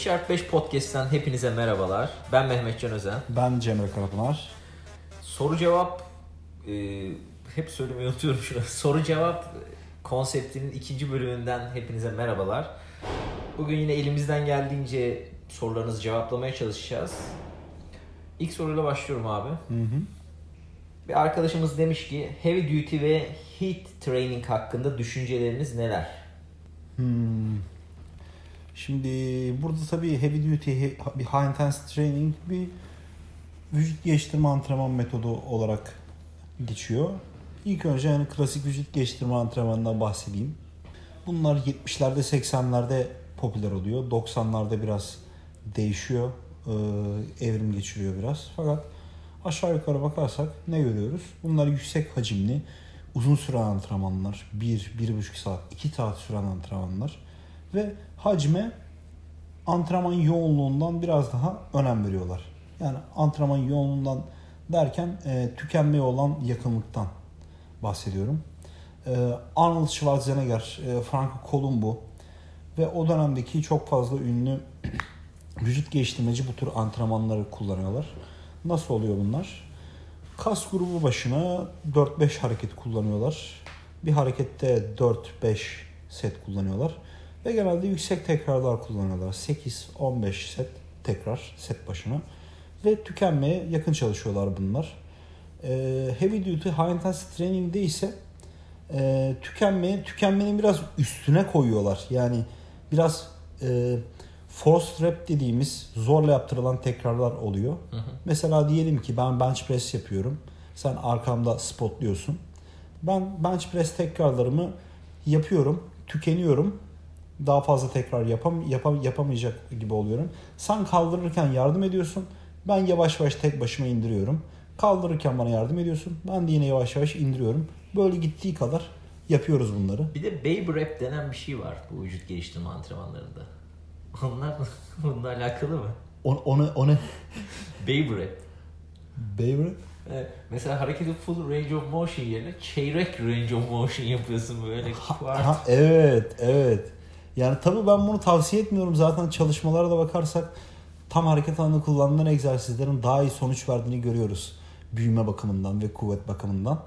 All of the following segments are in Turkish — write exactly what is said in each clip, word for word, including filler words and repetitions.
beş çarpı beş Podcast'ten hepinize merhabalar. Ben Mehmetcan Özen. Ben Cemre Karapınar. Soru cevap, e, hep söylemeyi unutuyorum şunu. Soru cevap konseptinin ikinci bölümünden hepinize merhabalar. Bugün yine elimizden geldiğince sorularınızı cevaplamaya çalışacağız. İlk soruyla başlıyorum abi. Hı hı. Bir arkadaşımız demiş ki Heavy Duty ve Heat Training hakkında düşünceleriniz neler? Hmm. Şimdi burada tabii Heavy Duty, bir High Intensity Training bir vücut geliştirme antrenman metodu olarak geçiyor. İlk önce yani klasik vücut geliştirme antrenmanından bahsedeyim. Bunlar yetmişlerde seksenlerde popüler oluyor. doksanlarda biraz değişiyor. Evrim geçiriyor biraz. Fakat aşağı yukarı bakarsak ne görüyoruz? Bunlar yüksek hacimli, uzun süren antrenmanlar. bir bir buçuk saat, iki saat süren antrenmanlar. Ve hacme antrenman yoğunluğundan biraz daha önem veriyorlar. Yani antrenman yoğunluğundan derken e, tükenmeye olan yakınlıktan bahsediyorum. E, Arnold Schwarzenegger, e, Franco Columbu ve o dönemdeki çok fazla ünlü vücut geliştirmeci bu tür antrenmanları kullanıyorlar. Nasıl oluyor bunlar? Kas grubu başına dört beş hareket kullanıyorlar. Bir harekette dört beş set kullanıyorlar. Ve genelde yüksek tekrarlar kullanıyorlar. sekiz on beş set tekrar set başına. Ve tükenmeye yakın çalışıyorlar bunlar. Ee, heavy Duty High Intensity Training'de ise e, tükenmeye, tükenmenin biraz üstüne koyuyorlar. Yani biraz e, forced rep dediğimiz zorla yaptırılan tekrarlar oluyor. Hı hı. Mesela diyelim ki ben bench press yapıyorum. Sen arkamda spotluyorsun. Ben bench press tekrarlarımı yapıyorum. Tükeniyorum. Daha fazla tekrar yapam, yapam, yapamayacak gibi oluyorum. Sen kaldırırken yardım ediyorsun. Ben yavaş yavaş tek başıma indiriyorum. Kaldırırken bana yardım ediyorsun. Ben de yine yavaş yavaş indiriyorum. Böyle gittiği kadar yapıyoruz bunları. Bir de baby rep denen bir şey var bu vücut geliştirme antrenmanlarında. Onlar bununla alakalı mı? O, o ne? O ne? Baby rep. Baby rep? Evet, mesela hareketi full range of motion yerine çeyrek range of motion yapıyorsun böyle. Ha, ha, evet, evet. Yani tabii ben bunu tavsiye etmiyorum. Zaten çalışmalara da bakarsak tam hareket alanı kullanılan egzersizlerin daha iyi sonuç verdiğini görüyoruz. Büyüme bakımından ve kuvvet bakımından.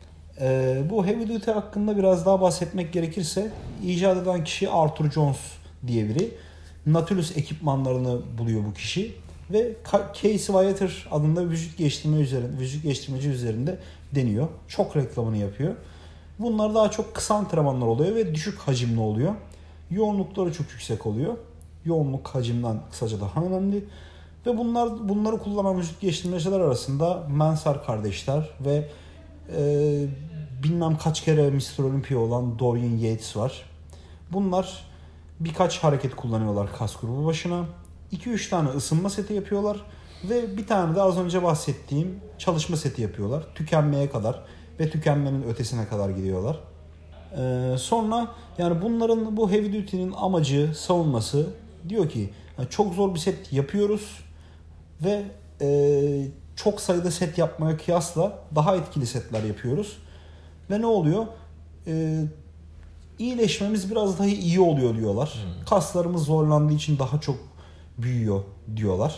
Ee, bu Heavy Duty hakkında biraz daha bahsetmek gerekirse icat eden kişi Arthur Jones diye biri. Nautilus ekipmanlarını buluyor bu kişi. Ve Casey Viator adında vücut geliştirme üzerinde, vücut geliştirmeci üzerinde deniyor. Çok reklamını yapıyor. Bunlar daha çok kısa antrenmanlar oluyor ve düşük hacimli oluyor. Yoğunlukları çok yüksek oluyor. Yoğunluk hacimden kısaca daha önemli. Ve bunlar bunları kullanan vücut geliştirmeciler arasında Mensah kardeşler ve e, bilmem kaç kere mister Olympia olan Dorian Yates var. Bunlar birkaç hareket kullanıyorlar kas grubu başına. iki üç tane ısınma seti yapıyorlar. Ve bir tane de az önce bahsettiğim çalışma seti yapıyorlar. Tükenmeye kadar ve tükenmenin ötesine kadar gidiyorlar. Ee, sonra yani bunların bu Heavy Duty'nin amacı, savunması diyor ki yani çok zor bir set yapıyoruz ve e, çok sayıda set yapmaya kıyasla daha etkili setler yapıyoruz. Ve ne oluyor? Ee, iyileşmemiz biraz daha iyi oluyor diyorlar. Hmm. Kaslarımız zorlandığı için daha çok büyüyor diyorlar.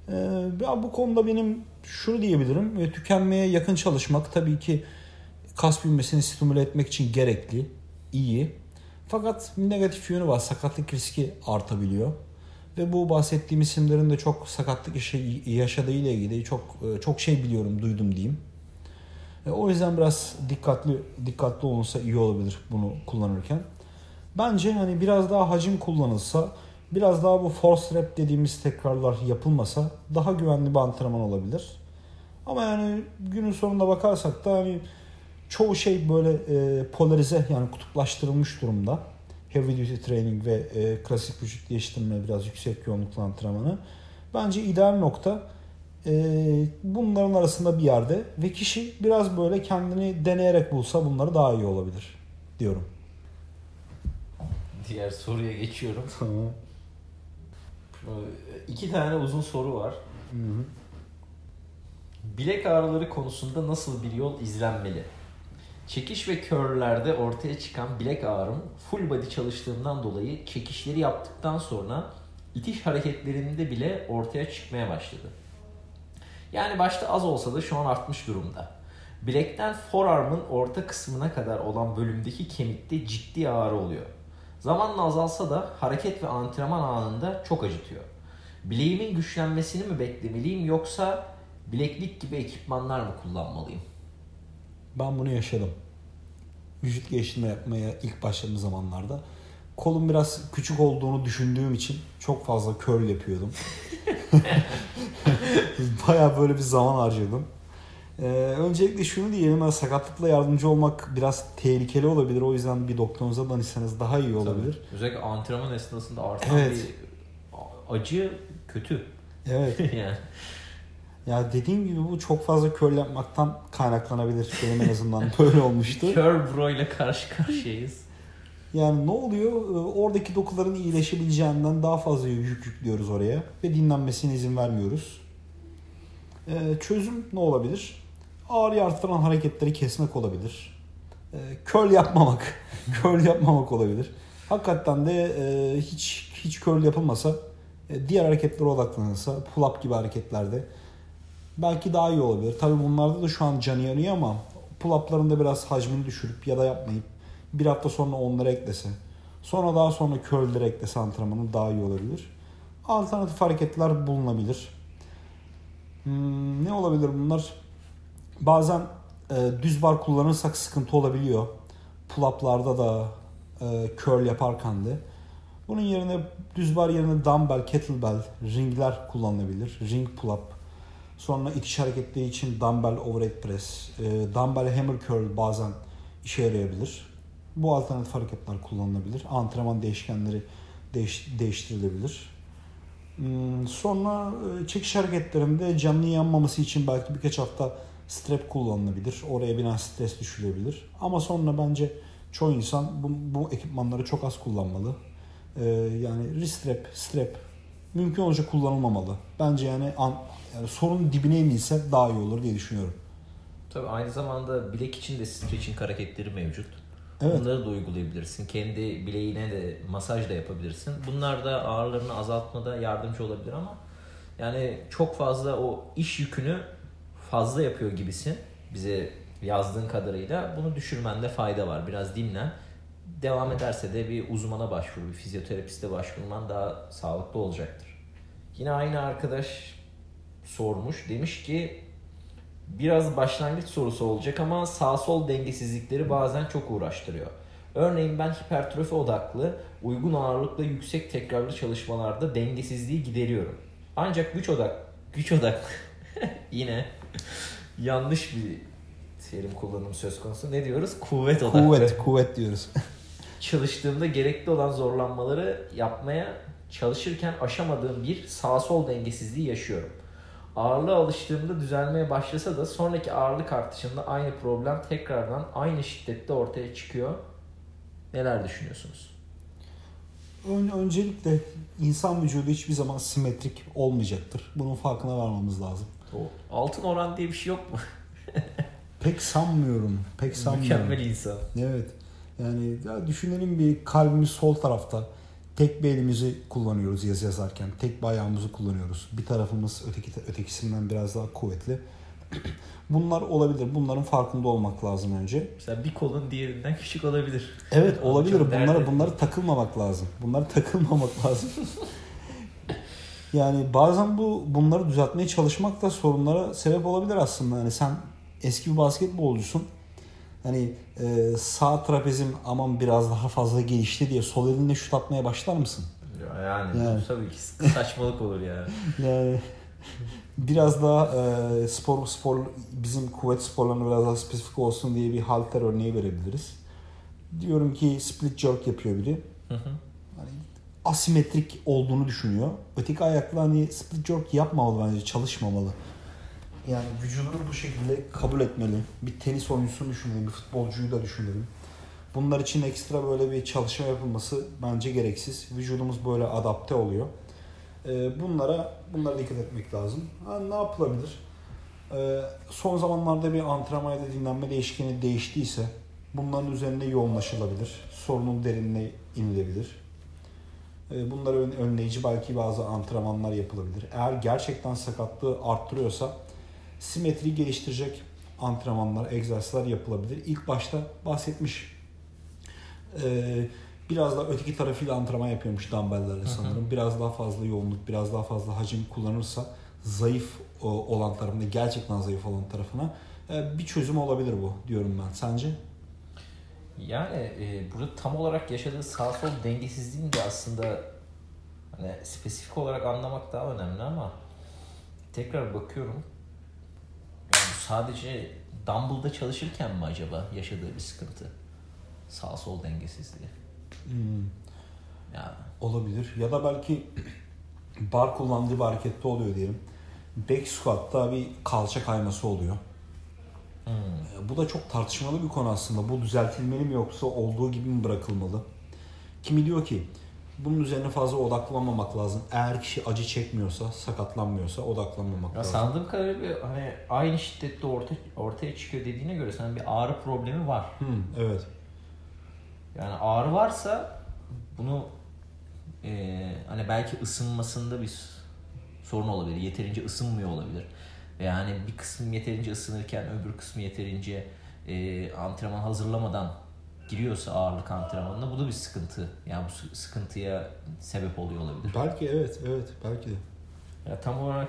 Ee, bu konuda benim şunu diyebilirim. Tükenmeye yakın çalışmak tabii ki kas büyümesini stimüle etmek için gerekli, iyi. Fakat negatif yönü var. Sakatlık riski artabiliyor. Ve bu bahsettiğim isimlerin de çok sakatlık işi yaşadığı ile ilgili çok çok şey biliyorum, duydum diyeyim. O yüzden biraz dikkatli dikkatli olunsa iyi olabilir bunu kullanırken. Bence hani biraz daha hacim kullanılsa, biraz daha bu force rep dediğimiz tekrarlar yapılmasa daha güvenli bir antrenman olabilir. Ama yani günün sonunda bakarsak da hani çoğu şey böyle e, polarize yani kutuplaştırılmış durumda. Heavy duty training ve e, klasik vücut geliştirme biraz yüksek yoğunluklu antrenmanı. Bence ideal nokta e, bunların arasında bir yerde ve kişi biraz böyle kendini deneyerek bulsa bunları daha iyi olabilir diyorum. Diğer soruya geçiyorum. Tamam. İki tane uzun soru var. Hı hı. Bilek ağrıları konusunda nasıl bir yol izlenmeli? Çekiş ve curl'lerde ortaya çıkan bilek ağrım full body çalıştığımdan dolayı çekişleri yaptıktan sonra itiş hareketlerinde bile ortaya çıkmaya başladı. Yani başta az olsa da şu an artmış durumda. Bilekten forearm'ın orta kısmına kadar olan bölümdeki kemikte ciddi ağrı oluyor. Zamanla azalsa da hareket ve antrenman anında çok acıtıyor. Bileğimin güçlenmesini mi beklemeliyim yoksa bileklik gibi ekipmanlar mı kullanmalıyım? Ben bunu yaşadım. Vücut geliştirme yapmaya ilk başladığım zamanlarda kolum biraz küçük olduğunu düşündüğüm için çok fazla curl yapıyordum. Bayağı böyle bir zaman harcadım. Ee, öncelikle şunu diyelim, sakatlıkla yardımcı olmak biraz tehlikeli olabilir. O yüzden bir doktorunuza danışsanız daha iyi olabilir. Tabii. Özellikle antrenman esnasında artan evet. bir acı kötü. Evet. yani. Ya dediğim gibi bu çok fazla curl yapmaktan kaynaklanabilir. Benim en azından böyle olmuştu. Curl bro ile karşı karşıyayız. Yani ne oluyor? Oradaki dokuların iyileşebileceğinden daha fazla yük yüklüyoruz oraya ve dinlenmesine izin vermiyoruz. Ee, çözüm ne olabilir? Ağrıyı artıran hareketleri kesmek olabilir. Ee, curl yapmamak. curl yapmamak olabilir. Hakikaten de e, hiç hiç curl yapılmasa, e, diğer hareketlere odaklanılsa, pull up gibi hareketlerde belki daha iyi olabilir. Tabii bunlarda da şu an canı yanıyor ama pull up'ların da biraz hacmini düşürüp ya da yapmayıp bir hafta sonra onları eklese, sonra daha sonra curl'leri eklese antrenmanı daha iyi olabilir. Alternatif hareketler bulunabilir. Hmm, ne olabilir bunlar? Bazen e, düz bar kullanırsak sıkıntı olabiliyor. Pull-up'larda da e, curl yaparken de. Bunun yerine düz bar yerine dumbbell, kettlebell, ringler kullanılabilir. Ring pull-up. Sonra itiş hareketleri için dumbbell overhead press, e, dumbbell hammer curl bazen işe yarayabilir. Bu alternatif hareketler kullanılabilir. Antrenman değişkenleri değiş, değiştirilebilir. Hmm, sonra e, çekiş hareketlerinde canının yanmaması için belki birkaç hafta strap kullanılabilir. Oraya binen stres düşürebilir. Ama sonra bence çoğu insan bu, bu ekipmanları çok az kullanmalı. Ee, yani wrist strap, strap mümkün olunca kullanılmamalı. Bence yani, an, yani sorunun dibine inilse daha iyi olur diye düşünüyorum. Tabii aynı zamanda bilek için de stretching hareketleri mevcut. Evet. Bunları da uygulayabilirsin. Kendi bileğine de masaj da yapabilirsin. Bunlar da ağrılarını azaltmada yardımcı olabilir ama yani çok fazla o iş yükünü fazla yapıyor gibisin. Bize yazdığın kadarıyla bunu düşürmende fayda var. Biraz dinlen. Devam ederse de bir uzmana başvur, bir fizyoterapiste başvurman daha sağlıklı olacaktır. Yine aynı arkadaş sormuş. Demiş ki biraz başlangıç sorusu olacak ama sağ sol dengesizlikleri bazen çok uğraştırıyor. Örneğin ben hipertrofi odaklı, uygun ağırlıkla yüksek tekrarlı çalışmalarda dengesizliği gideriyorum. Ancak güç odak, güç odaklı yine yanlış bir terim kullanım söz konusu. Ne diyoruz? Kuvvet odaklı. Kuvvet, kuvvet diyoruz. Çalıştığımda gerekli olan zorlanmaları yapmaya çalışırken aşamadığım bir sağ sol dengesizliği yaşıyorum. Ağırlığa alıştığımda düzelmeye başlasa da sonraki ağırlık artışında aynı problem tekrardan aynı şiddette ortaya çıkıyor. Neler düşünüyorsunuz? Ön, öncelikle insan vücudu hiçbir zaman simetrik olmayacaktır. Bunun farkına varmamız lazım. O altın oran diye bir şey yok mu? Pek sanmıyorum. Pek sanmıyorum. Mükemmel insan. Evet. Yani ya düşünelim, bir kalbimiz sol tarafta. Tek bir elimizi kullanıyoruz yazı yazarken. Tek bir ayağımızı kullanıyoruz. Bir tarafımız öteki ötekisinden biraz daha kuvvetli. Bunlar olabilir. Bunların farkında olmak lazım önce. Mesela bir kolun diğerinden küçük olabilir. Evet, olabilir. Bunlara bunları takılmamak lazım. Bunlara takılmamak lazım. Yani bazen bu bunları düzeltmeye çalışmak da sorunlara sebep olabilir aslında. Yani sen eski bir basketbolcusun. Hani e, sağ trapezim aman biraz daha fazla gelişti diye sol elinle şut atmaya başlar mısın? Yani, yani. tabii ki saçmalık olur yani. Yani biraz daha e, spor spor bizim kuvvet sporlarına biraz daha spesifik olsun diye bir halter örneği verebiliriz. Diyorum ki split jerk yapıyor biri. Hı hı. Hani asimetrik olduğunu düşünüyor. Öteki ayakla hani split jerk yapmamalı bence, çalışmamalı. Yani vücudunu bu şekilde kabul etmeli. Bir tenis oyuncusunu düşünelim, bir futbolcuyu da düşünelim. Bunlar için ekstra böyle bir çalışma yapılması bence gereksiz. Vücudumuz böyle adapte oluyor. Bunlara bunlara dikkat etmek lazım. Ha, ne yapılabilir? Son zamanlarda bir antrenman ya da dinlenme değişkeni değiştiyse bunların üzerine yoğunlaşılabilir. Sorunun derinine inilebilir. E, bunları ön, önleyici belki bazı antrenmanlar yapılabilir. Eğer gerçekten sakatlığı arttırıyorsa simetriyi geliştirecek antrenmanlar, egzersizler yapılabilir. İlk başta bahsetmiş. Ee, biraz daha öteki tarafıyla antrenman yapıyormuş dumbbell'lerle sanırım. Biraz daha fazla yoğunluk, biraz daha fazla hacim kullanırsa zayıf olan tarafına, gerçekten zayıf olan tarafına bir çözüm olabilir bu diyorum ben. Sence? Yani e, burada tam olarak yaşadığı sağ sol dengesizliğini de aslında hani spesifik olarak anlamak daha önemli ama tekrar bakıyorum. Yani sadece dumbbell'da çalışırken mi acaba yaşadığı bir sıkıntı? Sağ sol dengesizliği. Hmm. Yani. Olabilir. Ya da belki bar kullandığı bir harekette oluyor diyelim. Back squat'ta bir kalça kayması oluyor. Hmm. Bu da çok tartışmalı bir konu aslında. Bu düzeltilmeli mi yoksa olduğu gibi mi bırakılmalı? Kimi diyor ki bunun üzerine fazla odaklanmamak lazım. Eğer kişi acı çekmiyorsa, sakatlanmıyorsa odaklanmamak ya lazım. Sandığım kadarıyla hani aynı şiddette orta, ortaya çıkıyor dediğine göre senin bir ağrı problemi var. Hmm, evet. Yani ağrı varsa bunu e, hani belki ısınmasında bir sorun olabilir. Yeterince ısınmıyor olabilir. Yani bir kısmı yeterince ısınırken öbür kısmı yeterince e, antrenman hazırlamadan giriyorsa ağırlık antrenmanına bu da bir sıkıntı. Yani bu sıkıntıya sebep oluyor olabilir. Belki evet, evet belki de. Ya tam olarak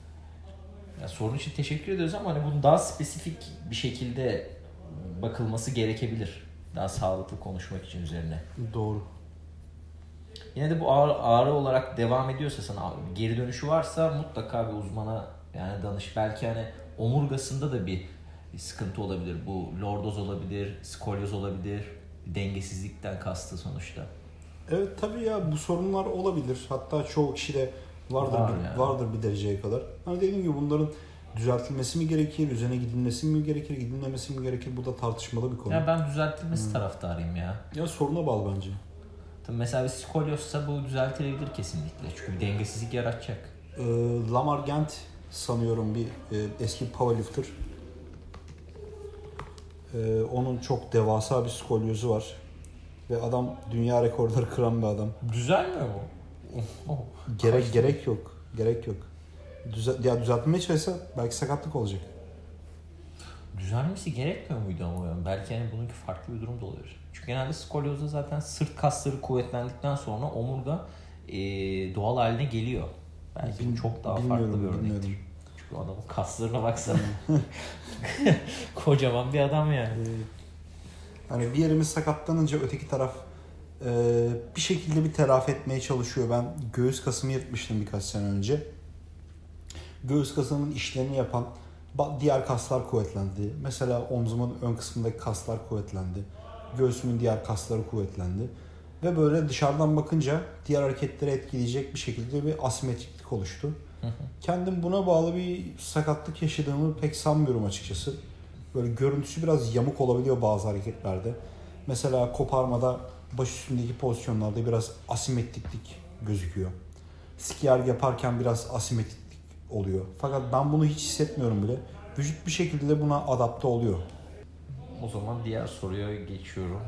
ya sorun için teşekkür ediyoruz ama hani bunun daha spesifik bir şekilde bakılması gerekebilir. Daha sağlıklı konuşmak için üzerine. Doğru. Yine de bu ağrı, ağrı olarak devam ediyorsa sana geri dönüşü varsa mutlaka bir uzmana yani danış. Belki hani omurgasında da bir, bir sıkıntı olabilir. Bu lordoz olabilir, skolyoz olabilir. Dengesizlikten kastı sonuçta. Evet tabii ya bu sorunlar olabilir. Hatta çoğu kişide vardır Var bir, yani. vardır bir dereceye kadar. Hani dediğim gibi bunların düzeltilmesi mi gerekir, üzerine gidilmesi mi gerekir, gidilmemesi mi gerekir? Bu da tartışmalı bir konu. Ya ben düzeltilmesi hmm. taraftarıyım ya. Ya soruna bağlı bence. Tabii mesela bir skolyozsa bu düzeltilebilir kesinlikle. Çünkü bir dengesizlik yaratacak. Ee, Lamar Gant sanıyorum bir e, eski powerlifter. Ee, onun çok devasa bir skolyozu var. Ve adam dünya rekorları kıran bir adam. Düzelmiyor mu? Gerek Kaçtı. gerek yok. Gerek yok. Düzel ya düzeltmeye çalışsa belki sakatlık olacak. Düzelmesi gerekmiyor muydu ama yani? Belki yani bununki farklı bir durum da olabilir. Çünkü genelde skolyozda zaten sırt kasları kuvvetlendikten sonra omurga e, doğal haline geliyor. Belki Bil, bu çok daha farklı bir örnektir. Çünkü adamın kaslarına baksana. Kocaman bir adam yani. Hani bir yerimiz sakatlanınca öteki taraf e, bir şekilde bir telafi etmeye çalışıyor. Ben göğüs kasımı yırtmıştım birkaç sene önce. Göğüs kasımın işlerini yapan diğer kaslar kuvvetlendi. Mesela omzumun ön kısmındaki kaslar kuvvetlendi. Göğsümün diğer kasları kuvvetlendi. Ve böyle dışarıdan bakınca diğer hareketleri etkileyecek bir şekilde bir asimetriklik oluştu. Hı hı. Kendim buna bağlı bir sakatlık yaşadığımı pek sanmıyorum açıkçası. Böyle görüntüsü biraz yamuk olabiliyor bazı hareketlerde. Mesela koparmada baş üstündeki pozisyonlarda biraz asimetriklik gözüküyor. Skier yaparken biraz asimetriklik oluyor. Fakat ben bunu hiç hissetmiyorum bile. Vücut bir şekilde buna adapte oluyor. O zaman diğer soruya geçiyorum.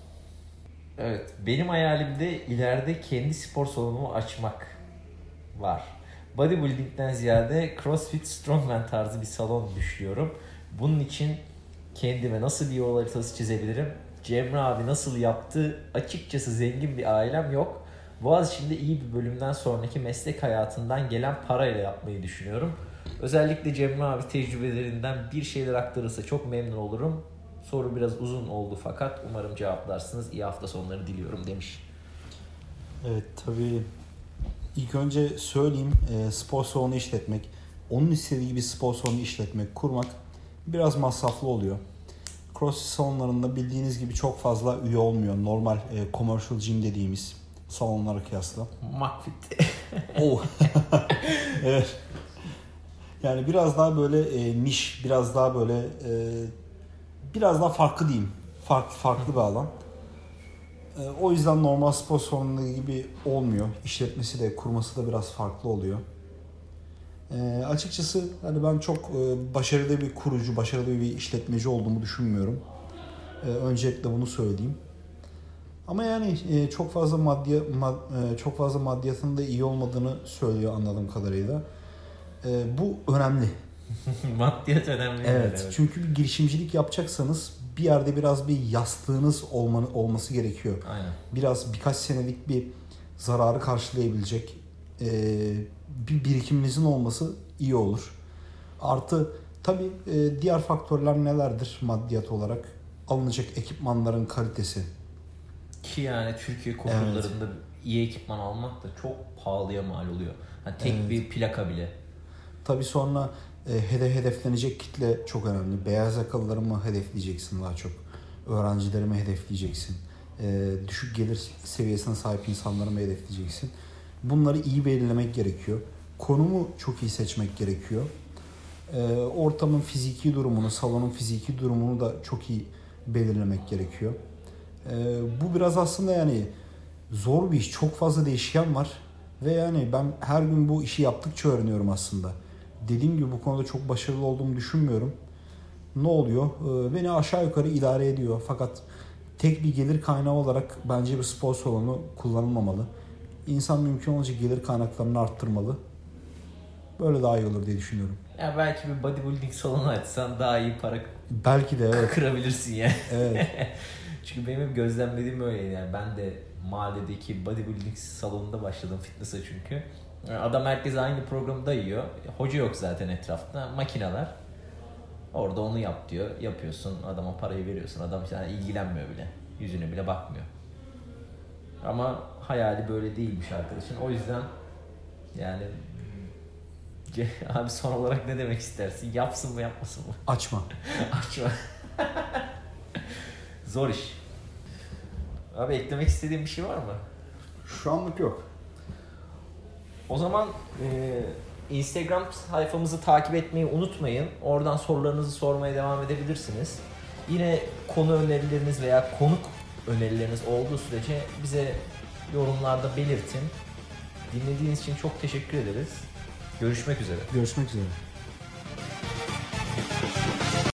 Evet, benim hayalimde ileride kendi spor salonumu açmak var. Bodybuilding'den ziyade CrossFit Strongman tarzı bir salon düşünüyorum. Bunun için kendime nasıl bir yol haritası çizebilirim? Cemre abi nasıl yaptı? Açıkçası zengin bir ailem yok. Boğaziçi'nde iyi bir bölümden sonraki meslek hayatından gelen parayla yapmayı düşünüyorum. Özellikle Cemre abi tecrübelerinden bir şeyler aktarırsa çok memnun olurum. Soru biraz uzun oldu fakat umarım cevaplarsınız. İyi hafta sonları diliyorum demiş. Evet tabii. İlk önce söyleyeyim e, spor salonu işletmek, onun istediği gibi spor salonu işletmek, kurmak biraz masraflı oluyor. CrossFit salonlarında bildiğiniz gibi çok fazla üye olmuyor. Normal e, commercial gym dediğimiz salonlara kıyasla. McFit. Oh. Evet. Yani biraz daha böyle e, niş, biraz daha böyle e, biraz daha farklı diyeyim. Farklı farklı bir alan. E, o yüzden normal spor salonu gibi olmuyor. İşletmesi de, kurması da biraz farklı oluyor. E, açıkçası hani ben çok e, başarılı bir kurucu, başarılı bir işletmeci olduğumu düşünmüyorum. E, öncelikle bunu söyleyeyim. Ama yani e, çok fazla maddi mad, e, çok fazla maddiyatın da iyi olmadığını söylüyor anladığım kadarıyla. E, bu önemli. Maddiyat önemli. Evet, evet. Çünkü bir girişimcilik yapacaksanız bir yerde biraz bir yastığınız olmanı, olması gerekiyor. Aynen. Biraz birkaç senelik bir zararı karşılayabilecek e, bir birikiminizin olması iyi olur. Artı tabii e, diğer faktörler nelerdir maddiyat olarak? Alınacak ekipmanların kalitesi. Ki yani Türkiye koşullarında evet. iyi ekipman almak da çok pahalıya mal oluyor. Yani tek evet. bir plaka bile. Tabii sonra e, hedef hedeflenecek kitle çok önemli. Beyaz yakalıları mı hedefleyeceksin daha çok? Öğrencileri mi hedefleyeceksin? E, düşük gelir seviyesine sahip insanları mı hedefleyeceksin? Bunları iyi belirlemek gerekiyor. Konumu çok iyi seçmek gerekiyor. E, ortamın fiziki durumunu, salonun fiziki durumunu da çok iyi belirlemek gerekiyor. E, bu biraz aslında yani zor bir iş. Çok fazla değişken var. Ve yani ben her gün bu işi yaptıkça öğreniyorum aslında. Dediğim gibi bu konuda çok başarılı olduğumu düşünmüyorum. Ne oluyor? E, beni aşağı yukarı idare ediyor. Fakat tek bir gelir kaynağı olarak bence bir spor salonu kullanılmamalı. İnsan mümkün olunca gelir kaynaklarını arttırmalı. Böyle daha iyi olur diye düşünüyorum. Ya belki bir bodybuilding salonu açsan daha iyi para belki de evet. kırabilirsin yani. Evet. Çünkü benim gözlemlediğim öyleydi yani. Ben de mahalledeki bodybuilding salonunda başladım fitness'a çünkü. Adam herkes aynı programı dayıyor. Hoca yok zaten etrafta. Makineler. Orada onu yap diyor. Yapıyorsun. Adama parayı veriyorsun. Adam sana ilgilenmiyor bile. Yüzüne bile bakmıyor. Ama hayali böyle değilmiş arkadaşın. O yüzden yani abi son olarak ne demek istersin? Yapsın mı yapmasın mı? Açma. Açma. Zor iş. Abi eklemek istediğin bir şey var mı? Şu anlık yok. O zaman e, Instagram sayfamızı takip etmeyi unutmayın. Oradan sorularınızı sormaya devam edebilirsiniz. Yine konu önerileriniz veya konuk önerileriniz olduğu sürece bize yorumlarda belirtin. Dinlediğiniz için çok teşekkür ederiz. Görüşmek üzere. Görüşmek üzere.